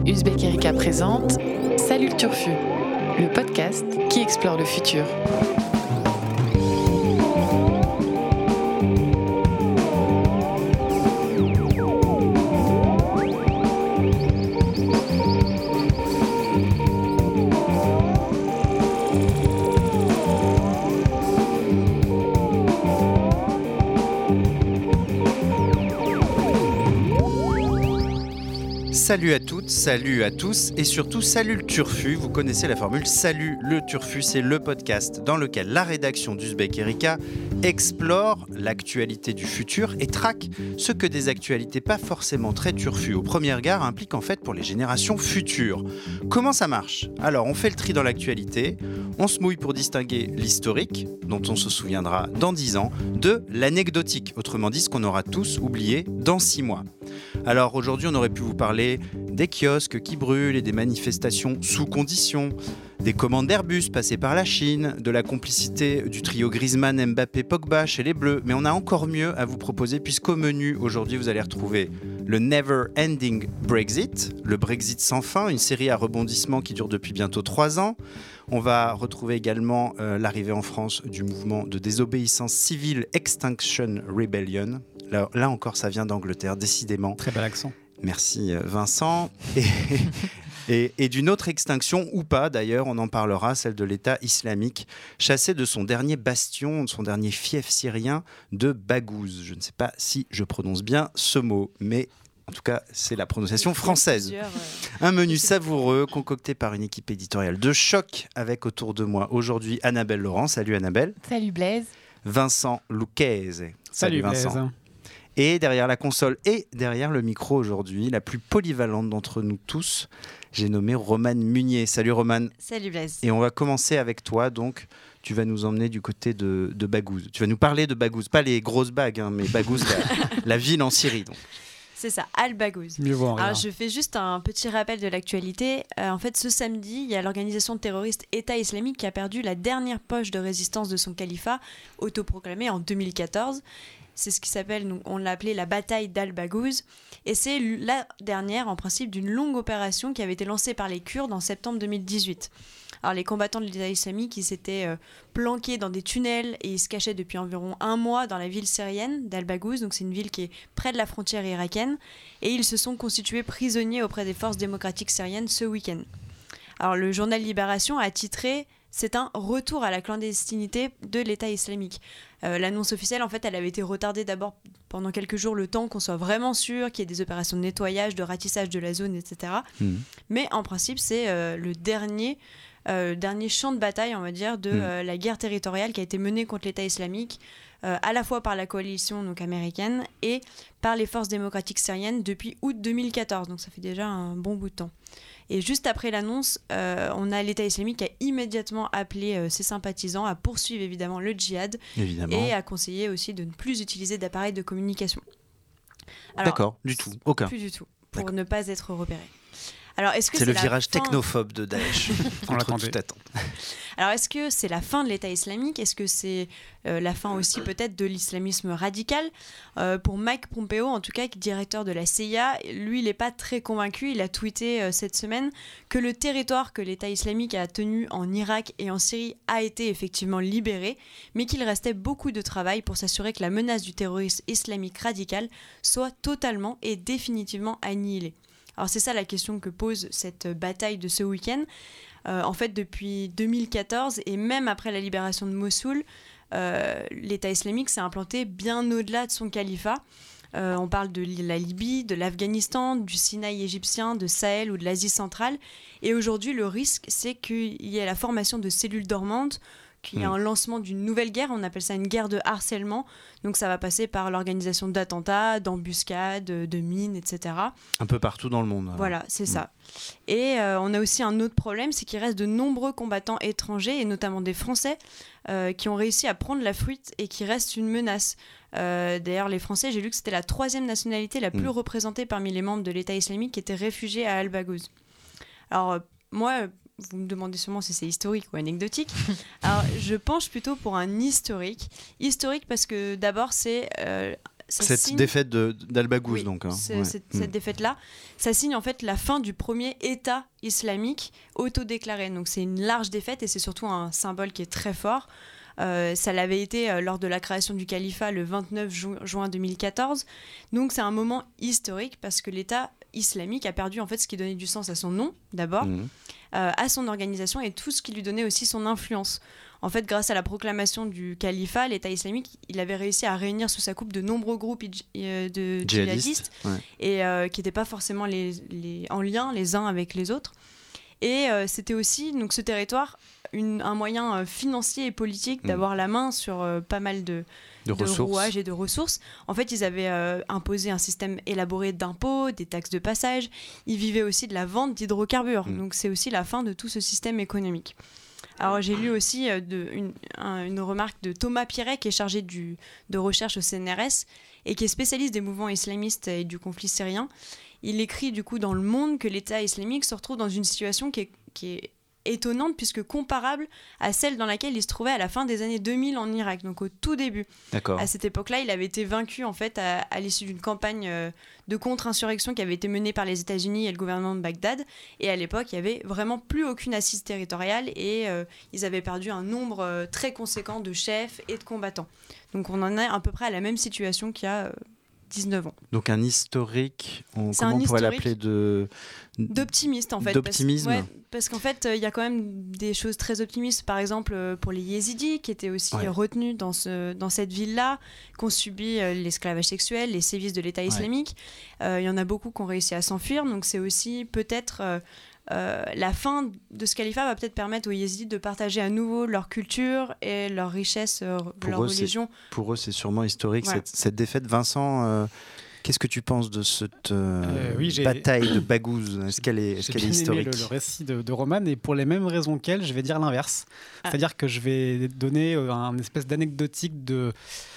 Uzbek Erika présente Salut le Turfu, le podcast qui explore le futur. Salut à toutes, salut à tous et surtout salut le Turfu. Vous connaissez la formule Salut le Turfu, c'est le podcast dans lequel la rédaction d'Uzbek Erika explore l'actualité du futur et traque ce que des actualités pas forcément très turfues au premier regard impliquent en fait pour les générations futures. Comment ça marche ? Alors on fait le tri dans l'actualité, on se mouille pour distinguer l'historique, dont on se souviendra dans 10 ans, de l'anecdotique, autrement dit ce qu'on aura tous oublié dans 6 mois. Alors aujourd'hui on aurait pu vous parler des kiosques qui brûlent et des manifestations sous conditions, des commandes d'Airbus passées par la Chine, de la complicité du trio Griezmann, Mbappé, Pogba chez les Bleus, mais on a encore mieux à vous proposer puisqu'au menu aujourd'hui vous allez retrouver le Never Ending Brexit, le Brexit sans fin, une série à rebondissements qui dure depuis bientôt 3 ans. On va retrouver également l'arrivée en France du mouvement de désobéissance civile Extinction Rebellion. Là encore, ça vient d'Angleterre, décidément. Très bel accent. Merci Vincent. Et d'une autre extinction, ou pas d'ailleurs, on en parlera, celle de l'État islamique, chassé de son dernier bastion, de son dernier fief syrien de Baghouz. Je ne sais pas si je prononce bien ce mot, mais en tout cas, c'est la prononciation française. Un menu savoureux concocté par une équipe éditoriale de choc avec autour de moi aujourd'hui Annabelle Laurent. Salut Annabelle. Salut Blaise. Vincent Lucchese. Salut Vincent. Blaise. Et derrière la console et derrière le micro aujourd'hui, la plus polyvalente d'entre nous tous, j'ai nommé Romane Munier. Salut Romane. Salut Blaise. Et on va commencer avec toi, donc tu vas nous emmener du côté de Baghouz. Tu vas nous parler de Baghouz, pas les grosses bagues, hein, mais Baghouz, la ville en Syrie. Donc. C'est ça, Al-Baghouz. Alors je fais juste un petit rappel de l'actualité. En fait, ce samedi, il y a l'organisation terroriste État islamique qui a perdu la dernière poche de résistance de son califat, autoproclamé en 2014. C'est ce qui s'appelle, on l'a appelé la bataille d'Al-Baghouz. Et c'est la dernière, en principe, d'une longue opération qui avait été lancée par les Kurdes en septembre 2018. Alors, les combattants de l'État islamique, ils s'étaient planqués dans des tunnels et ils se cachaient depuis environ 1 mois dans la ville syrienne d'Al-Baghouz. Donc, c'est une ville qui est près de la frontière irakienne. Et ils se sont constitués prisonniers auprès des forces démocratiques syriennes ce week-end. Alors, le journal Libération a titré « C'est un retour à la clandestinité de l'État islamique ». L'annonce officielle, en fait, elle avait été retardée d'abord pendant quelques jours, le temps qu'on soit vraiment sûr qu'il y ait des opérations de nettoyage, de ratissage de la zone, etc. Mais en principe, c'est le dernier champ de bataille, on va dire, de la guerre territoriale qui a été menée contre l'État islamique, à la fois par la coalition donc, américaine et par les forces démocratiques syriennes depuis août 2014. Donc ça fait déjà un bon bout de temps. Et juste après l'annonce, on a l'État islamique qui a immédiatement appelé ses sympathisants à poursuivre évidemment le djihad et à conseiller aussi de ne plus utiliser d'appareils de communication. Alors, d'accord, du tout, aucun. Plus du tout, pour ne pas être repéré. Alors, est-ce que c'est le virage technophobe de Daesh. Contre toute attente. Alors, est-ce que c'est la fin de l'État islamique ? Est-ce que c'est la fin aussi peut-être de l'islamisme radical ? Pour Mike Pompeo, en tout cas, directeur de la CIA, lui, il n'est pas très convaincu. Il a tweeté cette semaine que le territoire que l'État islamique a tenu en Irak et en Syrie a été effectivement libéré, mais qu'il restait beaucoup de travail pour s'assurer que la menace du terrorisme islamique radical soit totalement et définitivement annihilée. Alors c'est ça la question que pose cette bataille de ce week-end. En fait, depuis 2014 et même après la libération de Mossoul, l'État islamique s'est implanté bien au-delà de son califat. On parle de la Libye, de l'Afghanistan, du Sinaï égyptien, de Sahel ou de l'Asie centrale. Et aujourd'hui, le risque, c'est qu'il y ait la formation de cellules dormantes, qu'il y ait un lancement d'une nouvelle guerre, on appelle ça une guerre de harcèlement. Donc ça va passer par l'organisation d'attentats, d'embuscades, de mines, etc. Un peu partout dans le monde. Voilà, c'est ça. Et on a aussi un autre problème, c'est qu'il reste de nombreux combattants étrangers, et notamment des Français, qui ont réussi à prendre la fuite et qui restent une menace. D'ailleurs, les Français, j'ai lu que c'était la 3e nationalité la plus représentée parmi les membres de l'État islamique qui était réfugiée à Al-Baghouz. Alors, moi... Vous me demandez sûrement si c'est historique ou anecdotique. Alors, je penche plutôt pour un historique. Historique parce que d'abord, c'est cette défaite d'Al-Baghouz, donc. Hein. Cette défaite-là, ça signe en fait la fin du premier État islamique autodéclaré. Donc c'est une large défaite et c'est surtout un symbole qui est très fort. Ça l'avait été lors de la création du califat le 29 juin 2014. Donc c'est un moment historique parce que l'État islamique a perdu en fait ce qui donnait du sens à son nom d'abord, à son organisation et tout ce qui lui donnait aussi son influence. En fait, grâce à la proclamation du califat, l'État islamique, il avait réussi à réunir sous sa coupe de nombreux groupes de djihadistes et qui n'étaient pas forcément en lien les uns avec les autres. Et c'était aussi donc, ce territoire un moyen financier et politique d'avoir la main sur pas mal de rouages et de ressources. En fait, ils avaient imposé un système élaboré d'impôts, des taxes de passage. Ils vivaient aussi de la vente d'hydrocarbures. Donc c'est aussi la fin de tout ce système économique. Alors j'ai lu aussi une remarque de Thomas Pierret qui est chargé de recherche au CNRS et qui est spécialiste des mouvements islamistes et du conflit syrien. Il écrit du coup dans Le Monde que l'État islamique se retrouve dans une situation qui est étonnante puisque comparable à celle dans laquelle il se trouvait à la fin des années 2000 en Irak, donc au tout début. D'accord. À cette époque-là, il avait été vaincu en fait à l'issue d'une campagne de contre-insurrection qui avait été menée par les États-Unis et le gouvernement de Bagdad. Et à l'époque, il n'y avait vraiment plus aucune assise territoriale et ils avaient perdu un nombre très conséquent de chefs et de combattants. Donc on en est à peu près à la même situation qu'il y a 19 ans. Donc un historique, comment on pourrait l'appeler d'optimiste en fait. D'optimisme. Parce qu'en fait, il y a quand même des choses très optimistes. Par exemple, pour les Yézidis, qui étaient aussi retenus dans cette ville-là, qui ont subi l'esclavage sexuel, les sévices de l'État islamique. Il y en a beaucoup qui ont réussi à s'enfuir. Donc c'est aussi peut-être... la fin de ce califat va peut-être permettre aux Yézidis de partager à nouveau leur culture et leur richesse, leur religion. Pour eux, c'est sûrement historique, cette défaite. Vincent, qu'est-ce que tu penses de cette bataille de Baghouz ? Est-ce qu'elle est historique ? Le récit de Roman, et pour les mêmes raisons qu'elle, je vais dire l'inverse. C'est-à-dire que je vais donner un espèce d'anecdotique de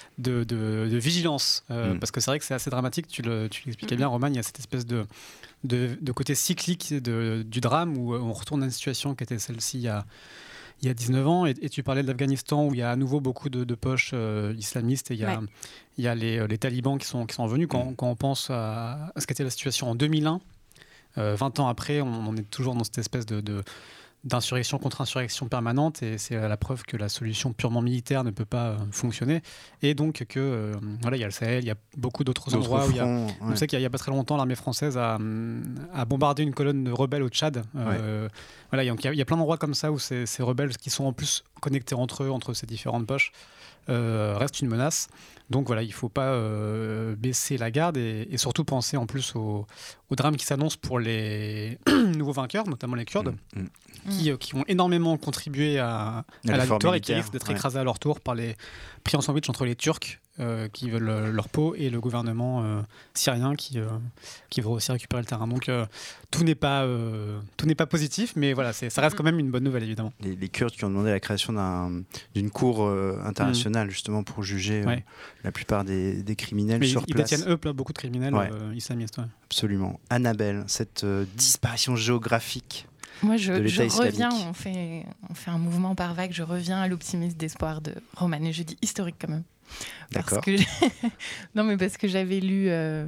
vigilance, parce que c'est vrai que c'est assez dramatique, tu l'expliquais bien, Roman, il y a cette espèce de côté cyclique du drame où on retourne à une situation qui était celle-ci il y a 19 ans, et tu parlais de l'Afghanistan où il y a à nouveau beaucoup de poches islamistes, et il y a les talibans qui sont venus. Quand on pense à ce qu'était la situation en 2001, 20 ans après, on est toujours dans cette espèce d'insurrection contre insurrection permanente, et c'est la preuve que la solution purement militaire ne peut pas fonctionner, et donc que il y a le Sahel, il y a beaucoup d'autres endroits où on sait qu'il y a pas très longtemps l'armée française a bombardé une colonne de rebelles au Tchad. Il y a plein d'endroits comme ça où ces rebelles qui sont en plus connectés entre ces différentes poches restent une menace. Donc voilà, il ne faut pas baisser la garde et surtout penser en plus au drame qui s'annonce pour les nouveaux vainqueurs, notamment les Kurdes, qui ont énormément contribué à la victoire et qui risquent d'être écrasés à leur tour pris en sandwich entre les Turcs qui veulent leur peau et le gouvernement syrien qui veut aussi récupérer le terrain. Donc tout n'est pas positif, mais voilà, ça reste quand même une bonne nouvelle, évidemment. Les Kurdes qui ont demandé la création d'une cour internationale justement pour juger la plupart des criminels sur place. Ils détiennent beaucoup de criminels islamistes. Ouais. Absolument. Annabelle, cette disparition géographique. Moi, je reviens, on fait un mouvement par vague, je reviens à l'optimisme d'espoir de Roman, et je dis historique quand même. D'accord. Parce que j'avais lu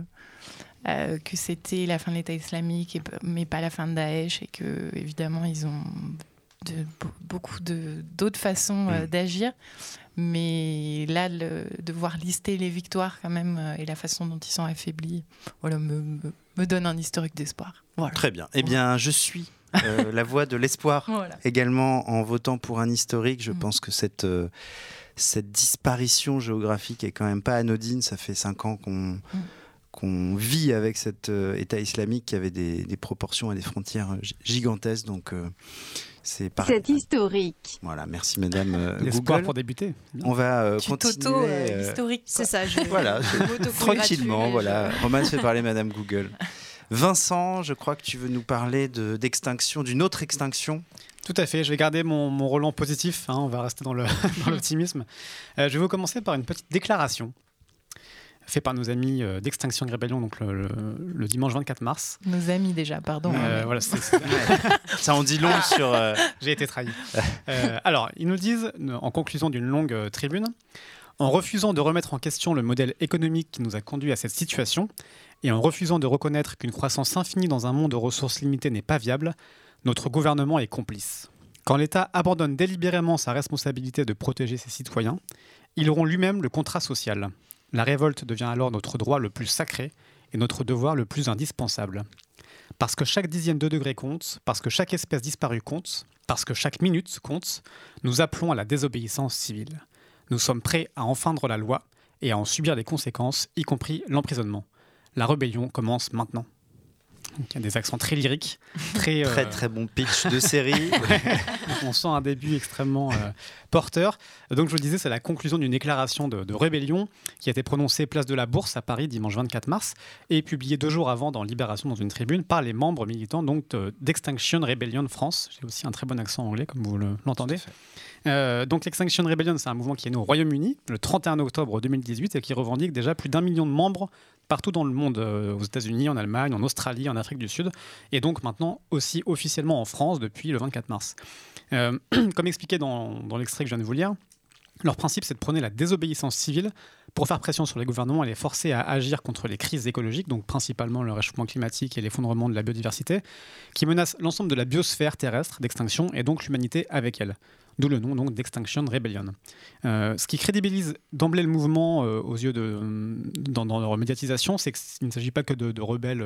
que c'était la fin de l'État islamique, mais pas la fin de Daesh, et que évidemment ils ont beaucoup d'autres façons d'agir. Mais là, de voir lister les victoires quand même et la façon dont ils sont affaiblis, me donne un historique d'espoir. Voilà. Très bien. Eh bien, je suis la voix de l'espoir également en votant pour un historique. Je pense que cette disparition géographique est quand même pas anodine. Ça fait 5 ans qu'on vit avec cet État islamique qui avait des proportions et des frontières gigantesques. Donc, c'est historique. Voilà, merci Madame L'espoir Google. pour débuter. On va continuer. Historique. C'est ça. Tranquillement. Voilà. Roman fait parler Madame Google. Vincent, je crois que tu veux nous parler d'extinction, d'une autre extinction. Tout à fait, je vais garder mon relent positif, on va rester dans l'optimisme. Je vais vous commencer par une petite déclaration faite par nos amis d'Extinction Rebellion, donc le dimanche 24 mars. Nos amis déjà, pardon. Voilà, ça en dit long sur... J'ai été trahi. Alors, ils nous disent, en conclusion d'une longue tribune, En refusant de remettre en question le modèle économique qui nous a conduit à cette situation, et en refusant de reconnaître qu'une croissance infinie dans un monde de ressources limitées n'est pas viable, notre gouvernement est complice. Quand l'État abandonne délibérément sa responsabilité de protéger ses citoyens, il rompt lui-même le contrat social. La révolte devient alors notre droit le plus sacré et notre devoir le plus indispensable. Parce que chaque dixième de degré compte, parce que chaque espèce disparue compte, parce que chaque minute compte, nous appelons à la désobéissance civile. Nous sommes prêts à enfreindre la loi et à en subir les conséquences, y compris l'emprisonnement. La rébellion commence maintenant. Donc, il y a des accents très lyriques, très bon pitch de série. On sent un début extrêmement porteur. Donc je vous le disais, c'est la conclusion d'une déclaration de rébellion qui a été prononcée place de la Bourse à Paris dimanche 24 mars et publiée 2 jours avant dans Libération dans une tribune par les membres militants donc, d'Extinction Rebellion France. J'ai aussi un très bon accent anglais comme vous l'entendez. Donc l'Extinction Rebellion, c'est un mouvement qui est né au Royaume-Uni le 31 octobre 2018 et qui revendique déjà plus d'1 million de membres partout dans le monde, aux États-Unis, en Allemagne, en Australie, en Afrique du Sud, et donc maintenant aussi officiellement en France depuis le 24 mars. Comme expliqué dans l'extrait que je viens de vous lire, leur principe, c'est de prôner la désobéissance civile pour faire pression sur les gouvernements et les forcer à agir contre les crises écologiques, donc principalement le réchauffement climatique et l'effondrement de la biodiversité, qui menacent l'ensemble de la biosphère terrestre d'extinction et donc l'humanité avec elle. D'où le nom donc, d'Extinction Rebellion. Ce qui crédibilise d'emblée le mouvement aux yeux dans leur médiatisation, c'est qu'il ne s'agit pas que de rebelles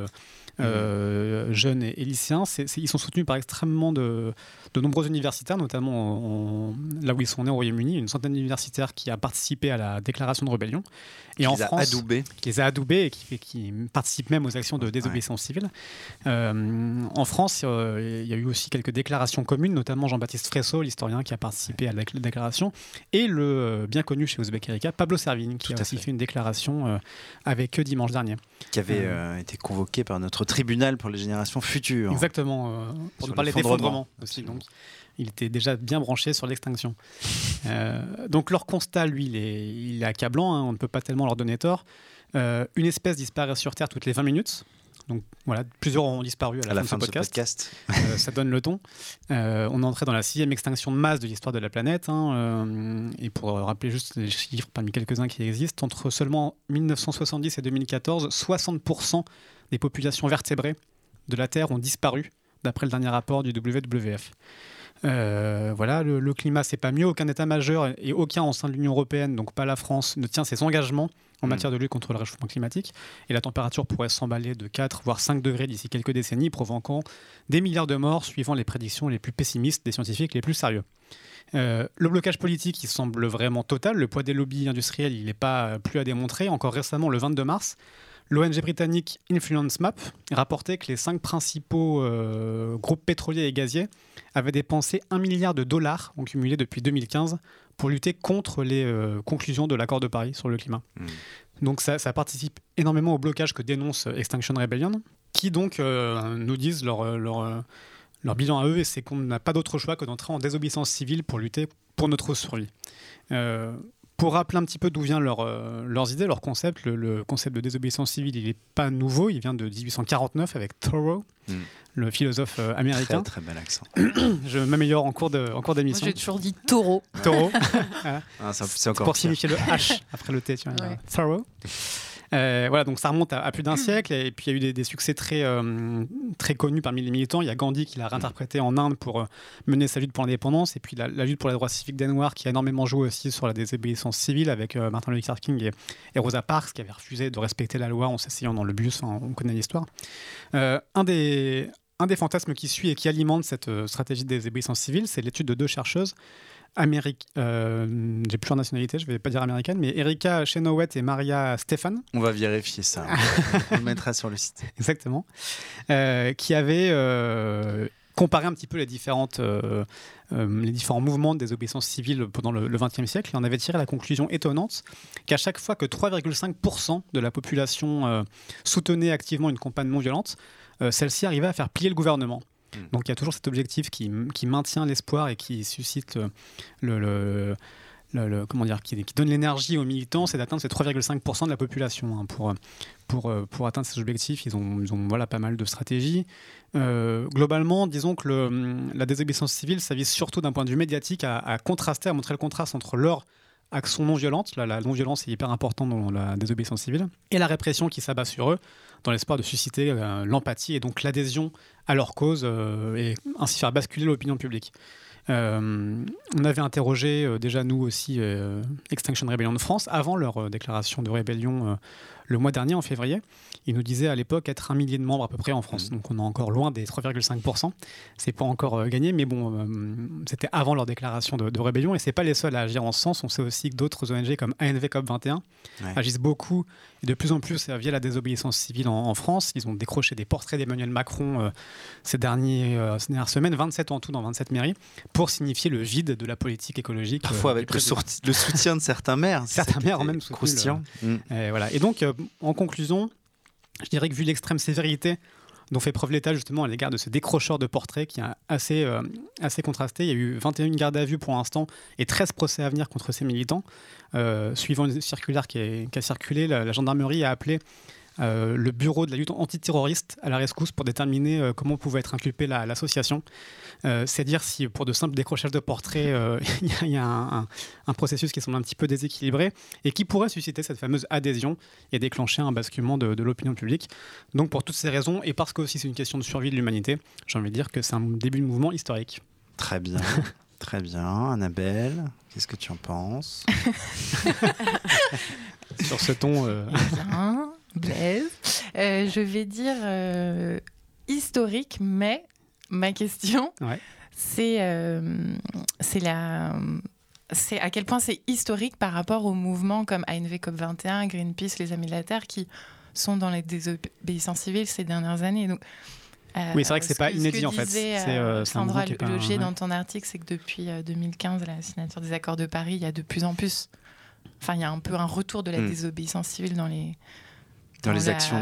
jeunes et lycéens. Ils sont soutenus par extrêmement de nombreux universitaires, notamment là où ils sont nés au Royaume-Uni, une centaine d'universitaires qui a participé à la déclaration de rébellion. Et en France, qui les a adoubés et qui participent même aux actions de désobéissance civile. En France, il y a eu aussi quelques déclarations communes, notamment Jean-Baptiste Fresso, l'historien qui a participé à la déclaration, et le bien connu chez Ouzbek Erika, Pablo Servigne, qui a aussi fait une déclaration avec eux dimanche dernier. Qui avait été convoqué par notre tribunal pour les générations futures. Exactement, pour nous parler d'effondrement aussi. Donc, il était déjà bien branché sur l'extinction. Donc leur constat, lui, il est accablant, hein, on ne peut pas tellement leur donner tort. Une espèce disparaît sur Terre toutes les 20 minutes. Donc voilà, plusieurs ont disparu à la fin de ce podcast. Ça donne le ton. On est entré dans la 6e extinction de masse de l'histoire de la planète. Et pour rappeler juste les chiffres parmi quelques-uns qui existent, entre seulement 1970 et 2014, 60% des populations vertébrées de la Terre ont disparu, d'après le dernier rapport du WWF. Voilà, le climat, c'est pas mieux. Aucun État majeur et aucun au sein de l'Union européenne, donc pas la France, ne tient ses engagements en matière de lutte contre le réchauffement climatique. Et la température pourrait s'emballer de 4 voire 5 degrés d'ici quelques décennies, provoquant des milliards de morts suivant les prédictions les plus pessimistes des scientifiques les plus sérieux. Le blocage politique, il semble vraiment total. Le poids des lobbies industriels, il n'est pas plus à démontrer. Encore récemment, le 22 mars, l'ONG britannique Influence Map rapportait que les 5 principaux groupes pétroliers et gaziers avaient dépensé $1 milliard en cumulé depuis 2015 pour lutter contre les conclusions de l'accord de Paris sur le climat. Donc ça participe énormément au blocage que dénonce Extinction Rebellion, qui donc nous disent leur bilan à eux, et c'est qu'on n'a pas d'autre choix que d'entrer en désobéissance civile pour lutter pour notre survie. Pour rappeler un petit peu d'où viennent leurs idées, leur concept, le concept de désobéissance civile, il n'est pas nouveau, il vient de 1849 avec Thoreau, le philosophe américain. Très bel accent. Je m'améliore en cours d'émission. Moi, j'ai toujours dit taureau. Taureau. C'est encore pour pire. signifier le H après le T. Tu vois, ouais. Thoreau. Voilà, donc ça remonte à plus d'un siècle, et puis il y a eu des succès très connus parmi les militants. Il y a Gandhi qui l'a réinterprété en Inde pour mener sa lutte pour l'indépendance, et puis la lutte pour les droits civiques des Noirs qui a énormément joué aussi sur la désobéissance civile avec Martin Luther King et Rosa Parks qui avait refusé de respecter la loi en s'asseyant dans le bus. On connaît l'histoire. Un des fantasmes qui suit et qui alimente cette stratégie de désobéissance civile, c'est l'étude de 2 chercheuses j'ai plus leur nationalité, je vais pas dire américaine, mais Erika Chenoweth et Maria Stephan. On va vérifier ça. On le mettra sur le site. Exactement. Qui avaient comparé un petit peu les différents mouvements de désobéissance civile pendant le XXe siècle, et on avait tiré la conclusion étonnante qu'à chaque fois que 3,5% de la population soutenait activement une campagne non violente, celle-ci arrivait à faire plier le gouvernement. Donc il y a toujours cet objectif qui maintient l'espoir et qui suscite comment dire, qui donne l'énergie aux militants, c'est d'atteindre ces 3,5% de la population. Pour atteindre ces objectifs, ils ont voilà, pas mal de stratégies. Globalement, disons que la désobéissance civile, ça vise surtout d'un point de vue médiatique à contraster, à montrer le contraste entre leur action non violente, la non-violence est hyper importante dans la désobéissance civile, et la répression qui s'abat sur eux, dans l'espoir de susciter l'empathie et donc l'adhésion à leur cause et ainsi faire basculer l'opinion publique. On avait interrogé déjà nous aussi Extinction Rebellion de France avant leur déclaration de rébellion le mois dernier en février. Ils nous disaient à l'époque être 1 millier de membres à peu près en France, donc on est encore loin des 3,5%. C'est pas encore gagné, mais bon, c'était avant leur déclaration de rébellion et c'est pas les seuls à agir en ce sens. On sait aussi que d'autres ONG comme ANV COP21 agissent beaucoup et de plus en plus via la désobéissance civile en France. Ils ont décroché des portraits d'Emmanuel Macron ces dernières semaines, 27 en tout dans 27 mairies, pour signifier le vide de la politique écologique. Parfois avec le soutien de certains maires. Certains maires ont même soutenu. Croustillant. Voilà. Et donc, en conclusion, je dirais que vu l'extrême sévérité dont fait preuve l'État justement à l'égard de ce décrocheur de portraits qui est assez contrasté, il y a eu 21 gardes à vue pour l'instant et 13 procès à venir contre ces militants. Suivant une circulaire qui a circulé, la gendarmerie a appelé le bureau de la lutte antiterroriste à la rescousse pour déterminer comment pouvait être inculpée l'association. C'est-à-dire si pour de simples décrochages de portraits, il y a un processus qui semble un petit peu déséquilibré et qui pourrait susciter cette fameuse adhésion et déclencher un basculement de l'opinion publique. Donc pour toutes ces raisons, et parce que aussi c'est une question de survie de l'humanité, j'ai envie de dire que c'est un début de mouvement historique. Très bien. Très bien. Annabelle, qu'est-ce que tu en penses? Sur ce ton... Bien, Blaise. Je vais dire historique, mais ma question, c'est à quel point c'est historique par rapport aux mouvements comme ANV COP21, Greenpeace, les Amis de la Terre, qui sont dans les désobéissances civiles ces dernières années. Donc, oui, c'est vrai que c'est pas inédit en fait. C'est Sandra Loger dans ton article, c'est que depuis 2015, la signature des accords de Paris, il y a de plus en plus... Enfin, il y a un peu un retour de la désobéissance civile dans les actions.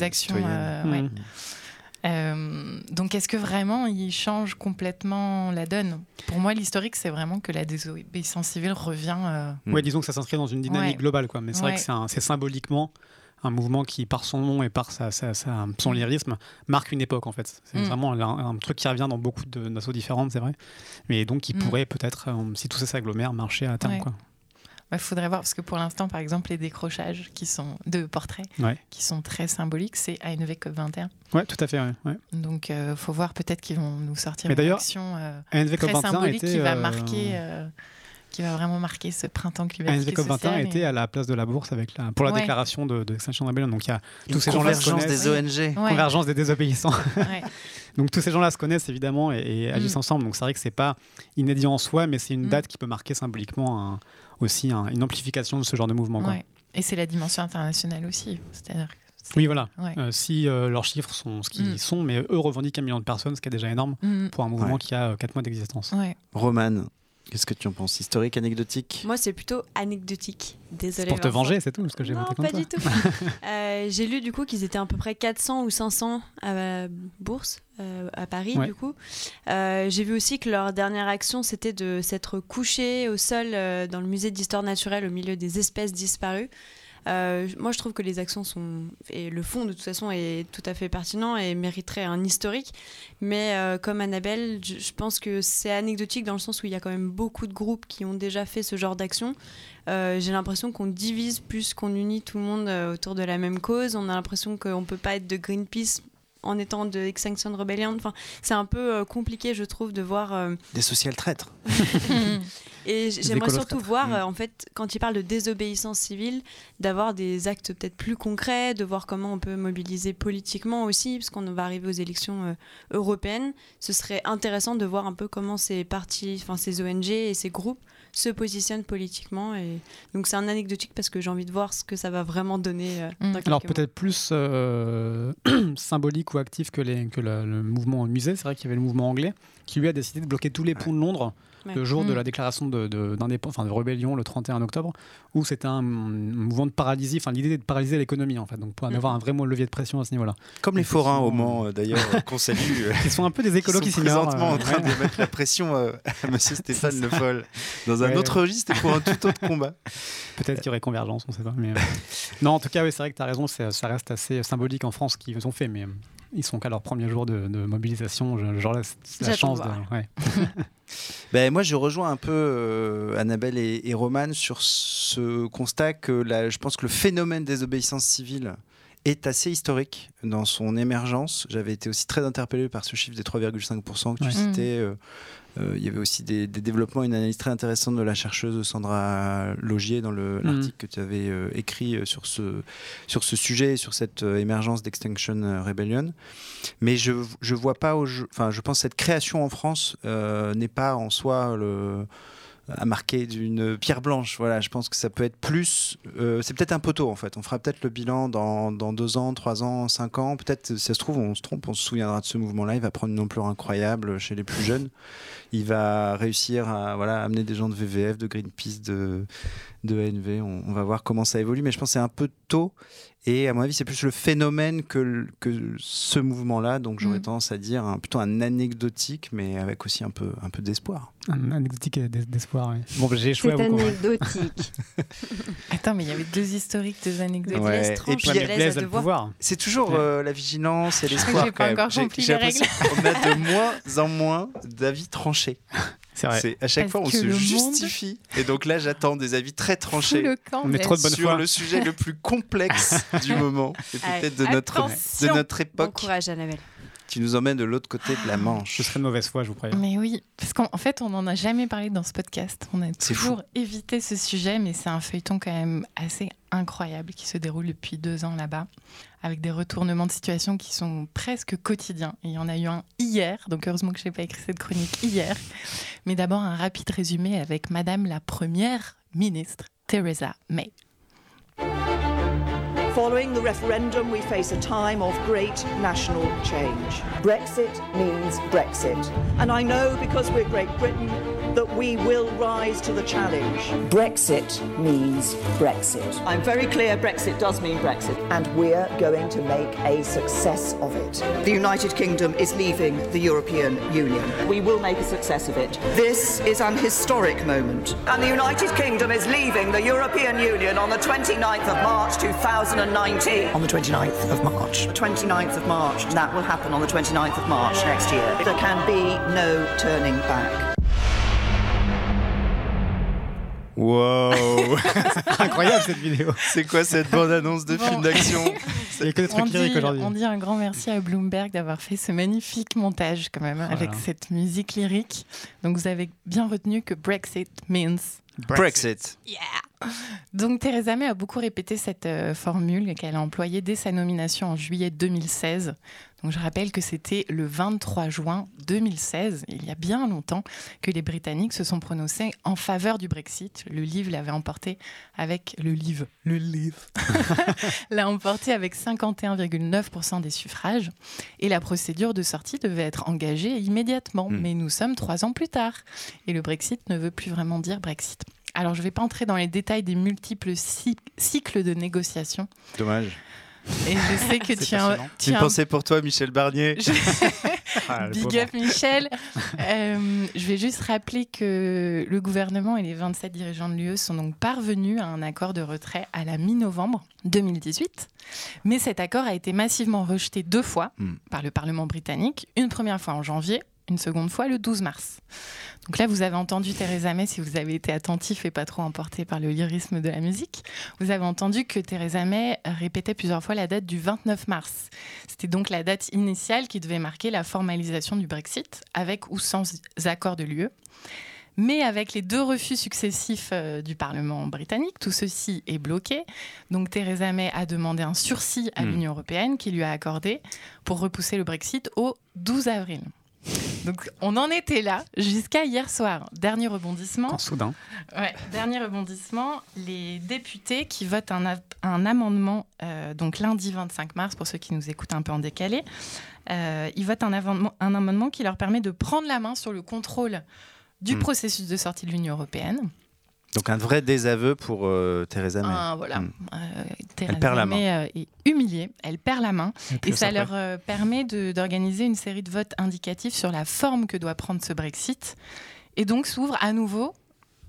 Donc, est-ce que vraiment il change complètement la donne? Pour moi, l'historique, c'est vraiment que la désobéissance civile revient. Oui, disons que ça s'inscrit dans une dynamique globale, quoi. Mais c'est vrai que c'est symboliquement un mouvement qui, par son nom et par son lyrisme, marque une époque en fait. C'est vraiment un truc qui revient dans beaucoup d'assauts différentes, c'est vrai. Mais donc, qui pourrait peut-être, si tout ça s'agglomère, marcher à terme, quoi. Il faudrait voir, parce que pour l'instant, par exemple, les décrochages de portraits qui sont très symboliques, c'est ANV COP21. Oui, tout à fait. Donc, il faut voir, peut-être qu'ils vont nous sortir une action ANV très COP21 symbolique qui va vraiment marquer ce printemps climatique. ANV COP21 était à la place de la Bourse pour la déclaration de Extinction Rebellion. Donc, il y a tous ces gens-là se connaissent. Convergence des ONG. Convergence des désobéissants. Donc tous ces gens-là se connaissent évidemment et agissent ensemble. Donc c'est vrai que c'est pas inédit en soi, mais c'est une date qui peut marquer symboliquement aussi une amplification de ce genre de mouvement. Quoi. Et c'est la dimension internationale aussi. C'est-à-dire oui, voilà. Si leurs chiffres sont ce qu'ils sont, mais eux revendiquent 1 million de personnes, ce qui est déjà énorme pour un mouvement qui a 4 mois d'existence. Romane, qu'est-ce que tu en penses? Historique, anecdotique? Moi, c'est plutôt anecdotique. Désolée. C'est pour te venger, c'est tout, parce que j'ai voté contre toi. Non, pas du tout. J'ai lu du coup qu'ils étaient à peu près 400 ou 500 à la Bourse, à Paris, du coup. J'ai vu aussi que leur dernière action, c'était de s'être couchés au sol dans le musée d'histoire naturelle au milieu des espèces disparues. Moi, je trouve que les actions et le fond de toute façon est tout à fait pertinent et mériterait un historique. Mais comme Annabelle, je pense que c'est anecdotique dans le sens où il y a quand même beaucoup de groupes qui ont déjà fait ce genre d'action. J'ai l'impression qu'on divise plus qu'on unit tout le monde autour de la même cause. On a l'impression qu'on ne peut pas être de Greenpeace en étant de Extinction Rebellion. Enfin, c'est un peu compliqué, je trouve, de voir... Des social traîtres. Et j'aimerais surtout voir, en fait, quand il parle de désobéissance civile, d'avoir des actes peut-être plus concrets, de voir comment on peut mobiliser politiquement aussi, parce qu'on va arriver aux élections européennes. Ce serait intéressant de voir un peu comment ces partis, enfin ces ONG et ces groupes se positionnent politiquement. Et donc c'est un anecdotique parce que j'ai envie de voir ce que ça va vraiment donner dans quelques Alors mois. peut-être plus symbolique ou actif que le mouvement musée. C'est vrai qu'il y avait le mouvement anglais qui lui a décidé de bloquer tous les ponts de Londres le jour de la déclaration de rébellion le 31 octobre, où c'était un mouvement de paralysie, l'idée de paralyser l'économie en fait, donc pour avoir un vrai levier de pression à ce niveau-là. Comme les forains au Mans d'ailleurs, qu'on salue. Qui sont un peu des écolos qui s'ignorent. Présentement en train de mettre la pression à monsieur Stéphane Le Foll dans un autre registre et pour un tout autre combat. Peut-être qu'il y aurait convergence, on ne sait pas. Mais non, en tout cas, c'est vrai que tu as raison, ça reste assez symbolique en France ce qu'ils ont fait, mais ils sont qu'à leur premier jour de mobilisation. Je leur laisse la chance de... Ouais. Ben, moi, je rejoins un peu Annabelle et Romane sur ce constat que je pense que le phénomène des désobéissance civile est assez historique dans son émergence. J'avais été aussi très interpellé par ce chiffre des 3,5% que tu citais. Il y avait aussi des développements, une analyse très intéressante de la chercheuse Sandra Logier dans l'article que tu avais écrit sur ce sujet, sur cette émergence d'Extinction Rebellion. Mais je vois pas, je pense que cette création en France n'est pas en soi à marquer d'une pierre blanche. Voilà, je pense que ça peut être plus... c'est peut-être un peu tôt, en fait. On fera peut-être le bilan dans 2 ans, 3 ans, 5 ans. Peut-être, si ça se trouve, on se trompe, on se souviendra de ce mouvement-là. Il va prendre une ampleur incroyable chez les plus jeunes. Il va réussir à amener des gens de VVF, de Greenpeace, de ANV. On va voir comment ça évolue. Mais je pense que c'est un peu tôt. Et à mon avis, c'est plus le phénomène que ce mouvement-là. Donc j'aurais tendance à dire plutôt un anecdotique, mais avec aussi un peu d'espoir. Un anecdotique et d'espoir, oui. Bon, j'ai échoué à vous. C'est anecdotique. Attends, mais il y avait 2 historiques, 2 anecdotes. Ouais. Et puis Blaise a le pouvoir. C'est toujours la vigilance et l'espoir. J'ai pas encore compris les règles. On a de moins en moins d'avis tranchés. C'est vrai. À chaque fois, on se justifie. Et donc là, j'attends des avis très tranchés on est trop de bonne sur foi. le sujet le plus complexe du moment. Et peut-être de notre époque. Bon courage, Annabelle. Tu nous emmènes de l'autre côté de la Manche. Ce serait de mauvaise foi, je vous préviens. Mais oui, parce qu'en fait, on n'en a jamais parlé dans ce podcast. On a toujours évité ce sujet, mais c'est un feuilleton quand même assez incroyable qui se déroule depuis 2 ans là-bas, avec des retournements de situation qui sont presque quotidiens. Et il y en a eu un hier, donc heureusement que je n'ai pas écrit cette chronique hier. Mais d'abord, un rapide résumé avec Madame la Première ministre, Theresa May. Following the referendum, we face a time of great national change. Brexit means Brexit. And I know, because we're Great Britain, that we will rise to the challenge. Brexit means Brexit. I'm very clear Brexit does mean Brexit. And we're going to make a success of it. The United Kingdom is leaving the European Union. We will make a success of it. This is an historic moment. And the United Kingdom is leaving the European Union on the 29th of March 2019. On the 29th of March. 29th of March. That will happen on the 29th of March next year. There can be no turning back. Wow. Incroyable cette vidéo. C'est quoi cette bande-annonce de film d'action? Il y a que des trucs lyriques aujourd'hui. On dit un grand merci à Bloomberg d'avoir fait ce magnifique montage quand même, avec cette musique lyrique. Donc vous avez bien retenu que Brexit means Brexit. Yeah. Donc Theresa May a beaucoup répété cette formule qu'elle a employée dès sa nomination en juillet 2016. Donc je rappelle que c'était le 23 juin 2016, il y a bien longtemps, que les Britanniques se sont prononcés en faveur du Brexit. Le Leave l'avait emporté avec l'a emporté avec 51,9% des suffrages. Et la procédure de sortie devait être engagée immédiatement. Mais nous sommes 3 ans plus tard. Et le Brexit ne veut plus vraiment dire Brexit. Alors, je ne vais pas entrer dans les détails des multiples cycles de négociations. Dommage. Et je sais que tu as une pensée pour toi, Michel Barnier. Big up, Michel. Je vais juste rappeler que le gouvernement et les 27 dirigeants de l'UE sont donc parvenus à un accord de retrait à la mi-novembre 2018. Mais cet accord a été massivement rejeté 2 fois par le Parlement britannique. Une première fois en janvier, une seconde fois le 12 mars. Donc là, vous avez entendu Theresa May, si vous avez été attentif et pas trop emporté par le lyrisme de la musique, vous avez entendu que Theresa May répétait plusieurs fois la date du 29 mars. C'était donc la date initiale qui devait marquer la formalisation du Brexit, avec ou sans accord de l'UE. Mais avec les 2 refus successifs du Parlement britannique, tout ceci est bloqué. Donc Theresa May a demandé un sursis à l'Union européenne qui lui a accordé pour repousser le Brexit au 12 avril. Donc on en était là jusqu'à hier soir. Dernier rebondissement. En soudain. Ouais, dernier rebondissement. Les députés qui votent un amendement, donc lundi 25 mars, pour ceux qui nous écoutent un peu en décalé, ils votent un amendement qui leur permet de prendre la main sur le contrôle du processus de sortie de l'Union européenne. Donc un vrai désaveu pour Theresa May. Voilà. Theresa May est humiliée, elle perd la main. Et ça leur permet d'organiser une série de votes indicatifs sur la forme que doit prendre ce Brexit. Et donc s'ouvre à nouveau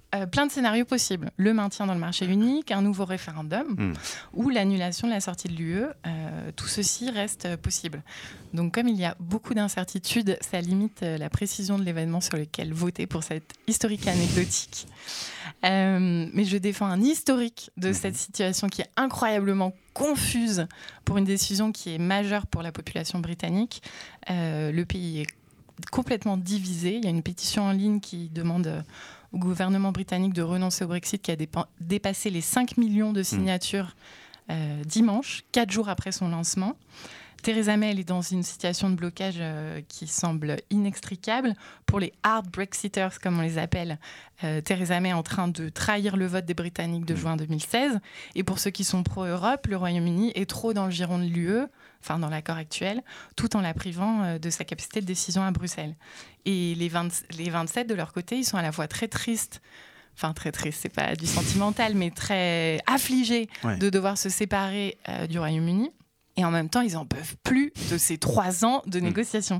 plein de scénarios possibles. Le maintien dans le marché unique, un nouveau référendum ou l'annulation de la sortie de l'UE. Tout ceci reste possible. Donc, comme il y a beaucoup d'incertitudes, ça limite la précision de l'événement sur lequel voter pour cette historique anecdotique. Mais je défends un historique de cette situation qui est incroyablement confuse pour une décision qui est majeure pour la population britannique. Le pays est complètement divisé. Il y a une pétition en ligne qui demande au gouvernement britannique de renoncer au Brexit qui a dépassé les 5 millions de signatures dimanche, 4 jours après son lancement. Theresa May, elle est dans une situation de blocage qui semble inextricable. Pour les hard Brexiters, comme on les appelle, Theresa May est en train de trahir le vote des Britanniques de juin 2016. Et pour ceux qui sont pro-Europe, le Royaume-Uni est trop dans le giron de l'UE, enfin dans l'accord actuel, tout en la privant de sa capacité de décision à Bruxelles. Et les 27, de leur côté, ils sont à la fois très tristes, enfin très triste, c'est pas du sentimental, mais très affligés de devoir se séparer du Royaume-Uni. Et en même temps, ils n'en peuvent plus de ces 3 ans de négociations.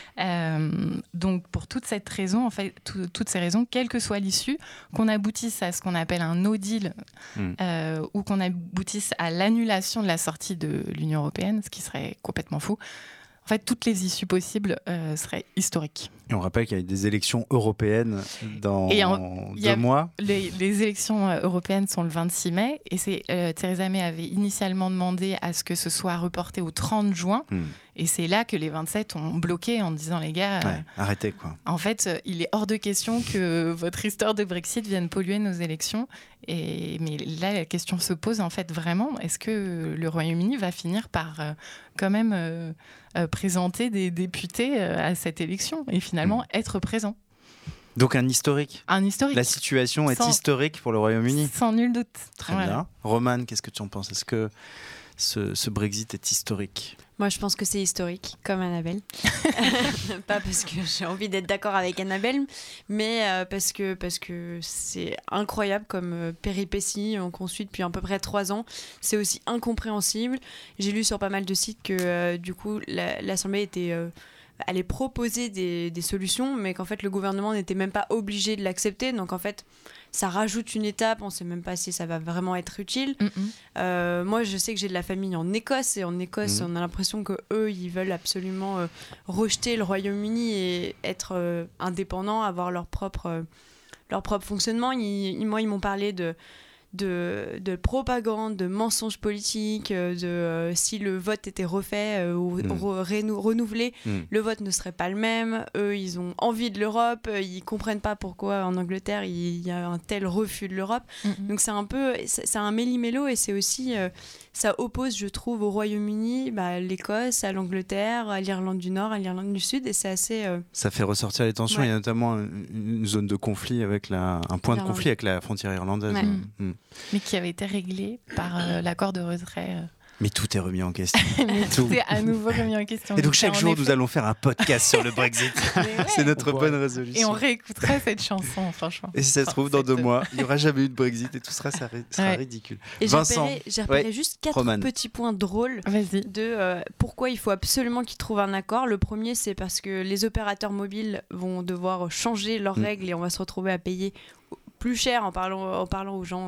Donc, pour toute cette raison, en fait, toutes ces raisons, quelle que soit l'issue, qu'on aboutisse à ce qu'on appelle un no deal ou qu'on aboutisse à l'annulation de la sortie de l'Union européenne, ce qui serait complètement fou. En fait, toutes les issues possibles seraient historiques. Et on rappelle qu'il y a des élections européennes dans 2 mois. Les élections européennes sont le 26 mai. Et Theresa May avait initialement demandé à ce que ce soit reporté au 30 juin. Et c'est là que les 27 ont bloqué en disant, les gars... arrêtez, quoi. En fait, il est hors de question que votre histoire de Brexit vienne polluer nos élections. Mais là, la question se pose, en fait, vraiment, est-ce que le Royaume-Uni va finir par quand même présenter des députés à cette élection et finalement être présent? Donc un historique. Un historique. La situation est historique pour le Royaume-Uni. Sans nul doute. Très bien. Romane, qu'est-ce que tu en penses? Est-ce que ce Brexit est historique? Moi, je pense que c'est historique, comme Annabelle. Pas parce que j'ai envie d'être d'accord avec Annabelle, mais parce que c'est incroyable comme péripétie qu'on suit depuis à peu près 3 ans. C'est aussi incompréhensible. J'ai lu sur pas mal de sites que, du coup, l'Assemblée allait proposer des solutions, mais qu'en fait, le gouvernement n'était même pas obligé de l'accepter. Donc, en fait, ça rajoute une étape, on ne sait même pas si ça va vraiment être utile. Moi, je sais que j'ai de la famille en Écosse, et en Écosse, on a l'impression qu'eux, ils veulent absolument rejeter le Royaume-Uni et être indépendants, avoir leur propre fonctionnement. Ils m'ont parlé de propagande, de mensonges politiques, si le vote était refait ou renouvelé, le vote ne serait pas le même. Eux, ils ont envie de l'Europe, ils comprennent pas pourquoi en Angleterre il y a un tel refus de l'Europe. Donc c'est un méli-mélo, et c'est aussi ça oppose, je trouve, au Royaume-Uni, l'Écosse, à l'Angleterre, à l'Irlande du Nord, à l'Irlande du Sud, et c'est assez... Ça fait ressortir les tensions. Il y a notamment une zone de conflit avec un point de conflit avec la frontière irlandaise. Mais qui avait été réglé par l'accord de retrait. Mais tout est remis en question. Tout est à nouveau remis en question. Et donc chaque jour, nous allons faire un podcast sur le Brexit. C'est notre bonne résolution. Et on réécoutera cette chanson, franchement. Et si ça se trouve, dans 2 mois, il n'y aura jamais eu de Brexit et tout sera ridicule. Et Vincent, j'ai repéré juste 4 petits points drôles de pourquoi il faut absolument qu'ils trouvent un accord. Le premier, c'est parce que les opérateurs mobiles vont devoir changer leurs règles et on va se retrouver à payer plus cher en parlant aux gens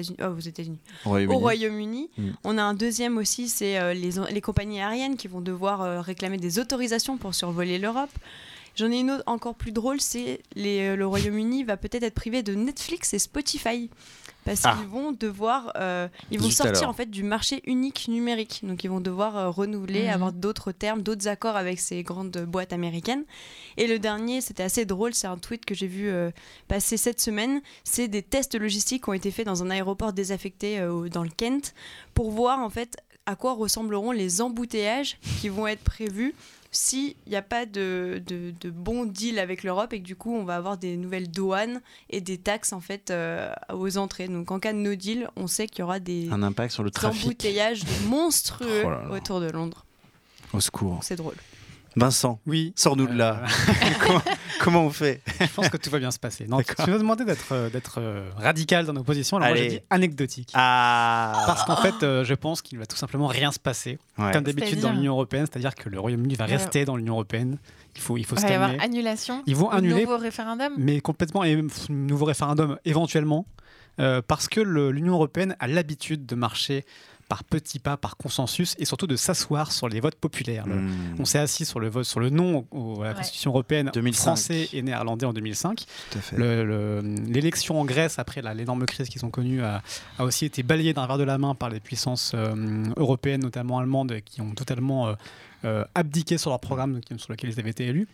au Royaume-Uni. On a un deuxième aussi, c'est les compagnies aériennes qui vont devoir réclamer des autorisations pour survoler l'Europe. J'en ai une autre encore plus drôle, c'est le Royaume-Uni va peut-être être privé de Netflix et Spotify. Parce qu'ils vont devoir sortir en fait du marché unique numérique. Donc ils vont devoir renouveler, avoir d'autres termes, d'autres accords avec ces grandes boîtes américaines. Et le dernier, c'était assez drôle, c'est un tweet que j'ai vu passer cette semaine. C'est des tests logistiques qui ont été faits dans un aéroport désaffecté dans le Kent pour voir en fait à quoi ressembleront les embouteillages qui vont être prévus s'il n'y a pas de bon deal avec l'Europe, et que du coup on va avoir des nouvelles douanes et des taxes en fait aux entrées. Donc en cas de no deal, on sait qu'il y aura un impact sur le trafic, embouteillages monstrueux autour de Londres. Au secours. C'est drôle. Vincent, oui. Sors-nous de là. Comment on fait ? Je pense que tout va bien se passer. Non, tu nous as demandé d'être radical dans nos positions. Alors moi, j'ai dit anecdotique. Parce qu'en fait, je pense qu'il va tout simplement rien se passer. Comme d'habitude dans l'Union européenne, c'est-à-dire que le Royaume-Uni va rester dans l'Union européenne. Il faut se calmer. Il va y avoir annulation. Ils vont annuler. Nouveau référendum. Mais complètement. Et nouveau référendum éventuellement. Parce que l'Union européenne a l'habitude de marcher par petits pas, par consensus, et surtout de s'asseoir sur les votes populaires. On s'est assis sur le vote, sur le non à la Constitution européenne 2005. Français et néerlandais en 2005. Tout à fait. L'élection en Grèce, après l'énorme crise qu'ils ont connue, a aussi été balayée d'un revers de la main par les puissances européennes, notamment allemandes, qui ont totalement abdiqué sur leur programme sur lequel ils avaient été élus.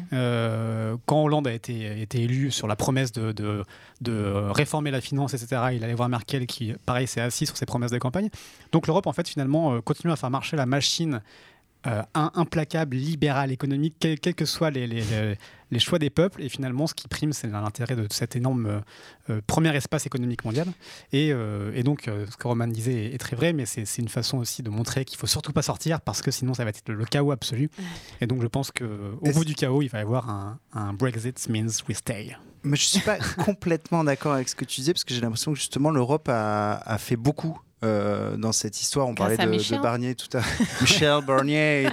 Quand Hollande a été élu sur la promesse de réformer la finance, etc., il allait voir Merkel qui, pareil, s'est assis sur ses promesses de campagne. Donc l'Europe, en fait, finalement, continue à faire marcher la machine implacable, libérale, économique, quels que soient les choix des peuples. Et finalement, ce qui prime, c'est l'intérêt de cet énorme premier espace économique mondial. Et donc, ce que Roman disait est très vrai, mais c'est une façon aussi de montrer qu'il ne faut surtout pas sortir, parce que sinon, ça va être le chaos absolu. Et donc, je pense qu'au bout du chaos, il va y avoir un Brexit means we stay. Mais je ne suis pas complètement d'accord avec ce que tu disais, parce que j'ai l'impression que justement, l'Europe a fait beaucoup. Dans cette histoire, on parlait de Barnier tout à l'heure. Michel Barnier,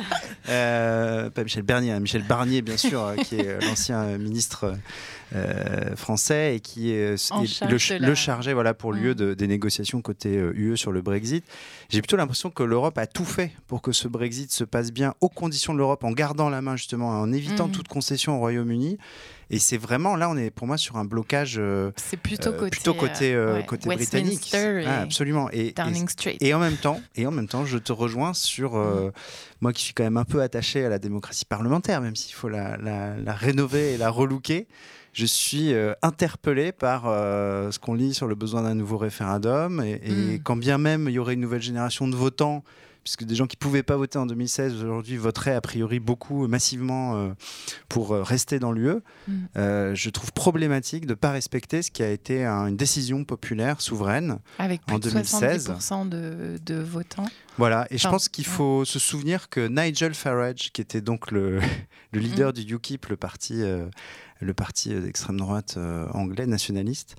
pas Michel Bernier, Michel Barnier bien sûr, qui est l'ancien ministre français et qui est le chargé pour l'UE des négociations côté UE sur le Brexit. J'ai plutôt l'impression que l'Europe a tout fait pour que ce Brexit se passe bien aux conditions de l'Europe, en gardant la main justement, en évitant toute concession au Royaume-Uni. Et c'est vraiment, là, on est pour moi sur un blocage c'est plutôt côté britannique. Absolument. Downing Street. Et en même temps, je te rejoins sur moi qui suis quand même un peu attaché à la démocratie parlementaire, même s'il faut la rénover et la relooker. Je suis interpellé par ce qu'on lit sur le besoin d'un nouveau référendum. Et quand bien même il y aurait une nouvelle génération de votants, puisque des gens qui ne pouvaient pas voter en 2016 aujourd'hui voteraient a priori beaucoup, massivement pour rester dans l'UE, je trouve problématique de ne pas respecter ce qui a été une décision populaire souveraine avec plus en 2016. De 70% de votants. Voilà, et je pense qu'il faut se souvenir que Nigel Farage, qui était donc le leader du UKIP, le parti d'extrême droite anglais, nationaliste,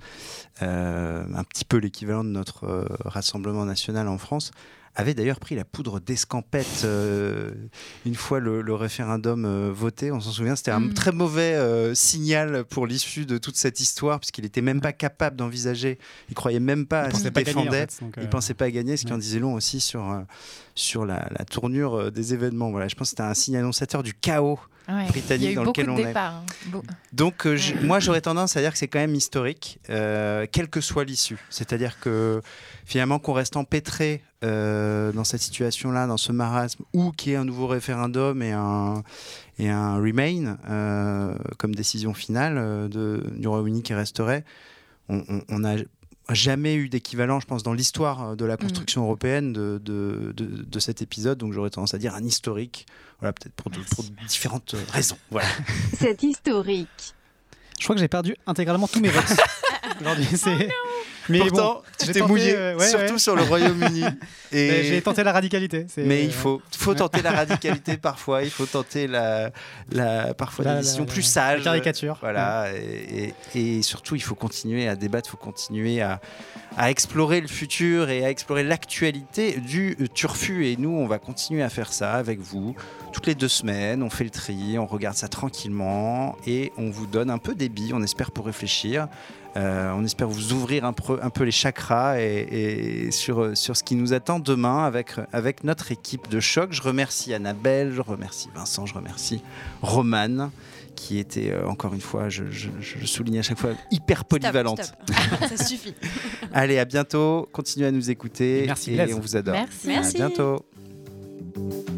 un petit peu l'équivalent de notre Rassemblement national en France, avait d'ailleurs pris la poudre d'escampette une fois le référendum voté. On s'en souvient, c'était un très mauvais signal pour l'issue de toute cette histoire, puisqu'il n'était même pas capable d'envisager, il ne croyait même pas à ce qu'il défendait. Il ne pensait pas gagner, ce qui en disait long aussi sur la tournure des événements. Voilà, je pense que c'était un signe annonciateur du chaos britannique dans lequel on est. Donc moi j'aurais tendance à dire que c'est quand même historique, quelle que soit l'issue. C'est-à-dire que finalement qu'on reste empêtré dans cette situation-là, dans ce marasme, ou qu'il y ait un nouveau référendum et un Remain comme décision finale du Royaume-Uni qui resterait, on n'a jamais eu d'équivalent, je pense, dans l'histoire de la construction européenne de cet épisode. Donc j'aurais tendance à dire un historique, voilà, peut-être pour différentes raisons. Voilà. C'est historique. Je crois que j'ai perdu intégralement tous mes votes. Aujourd'hui, c'est... Mais pourtant, tu t'es mouillé, surtout sur le Royaume-Uni. Et j'ai tenté la radicalité. Mais il faut tenter la radicalité parfois. Il faut tenter parfois des décisions plus sages. La caricature. Voilà. Et surtout, il faut continuer à débattre, il faut continuer à explorer le futur et à explorer l'actualité du turfu. Et nous, on va continuer à faire ça avec vous. Toutes les 2 semaines, on fait le tri, on regarde ça tranquillement et on vous donne un peu des billes, on espère, pour réfléchir. On espère vous ouvrir un peu les chakras et sur ce qui nous attend demain avec notre équipe de choc. Je remercie Annabelle, je remercie Vincent, je remercie Romane, qui était encore une fois, je souligne à chaque fois, hyper polyvalente. Stop. Ça suffit. Allez, à bientôt, continuez à nous écouter. Merci, et on vous adore. Merci. À bientôt.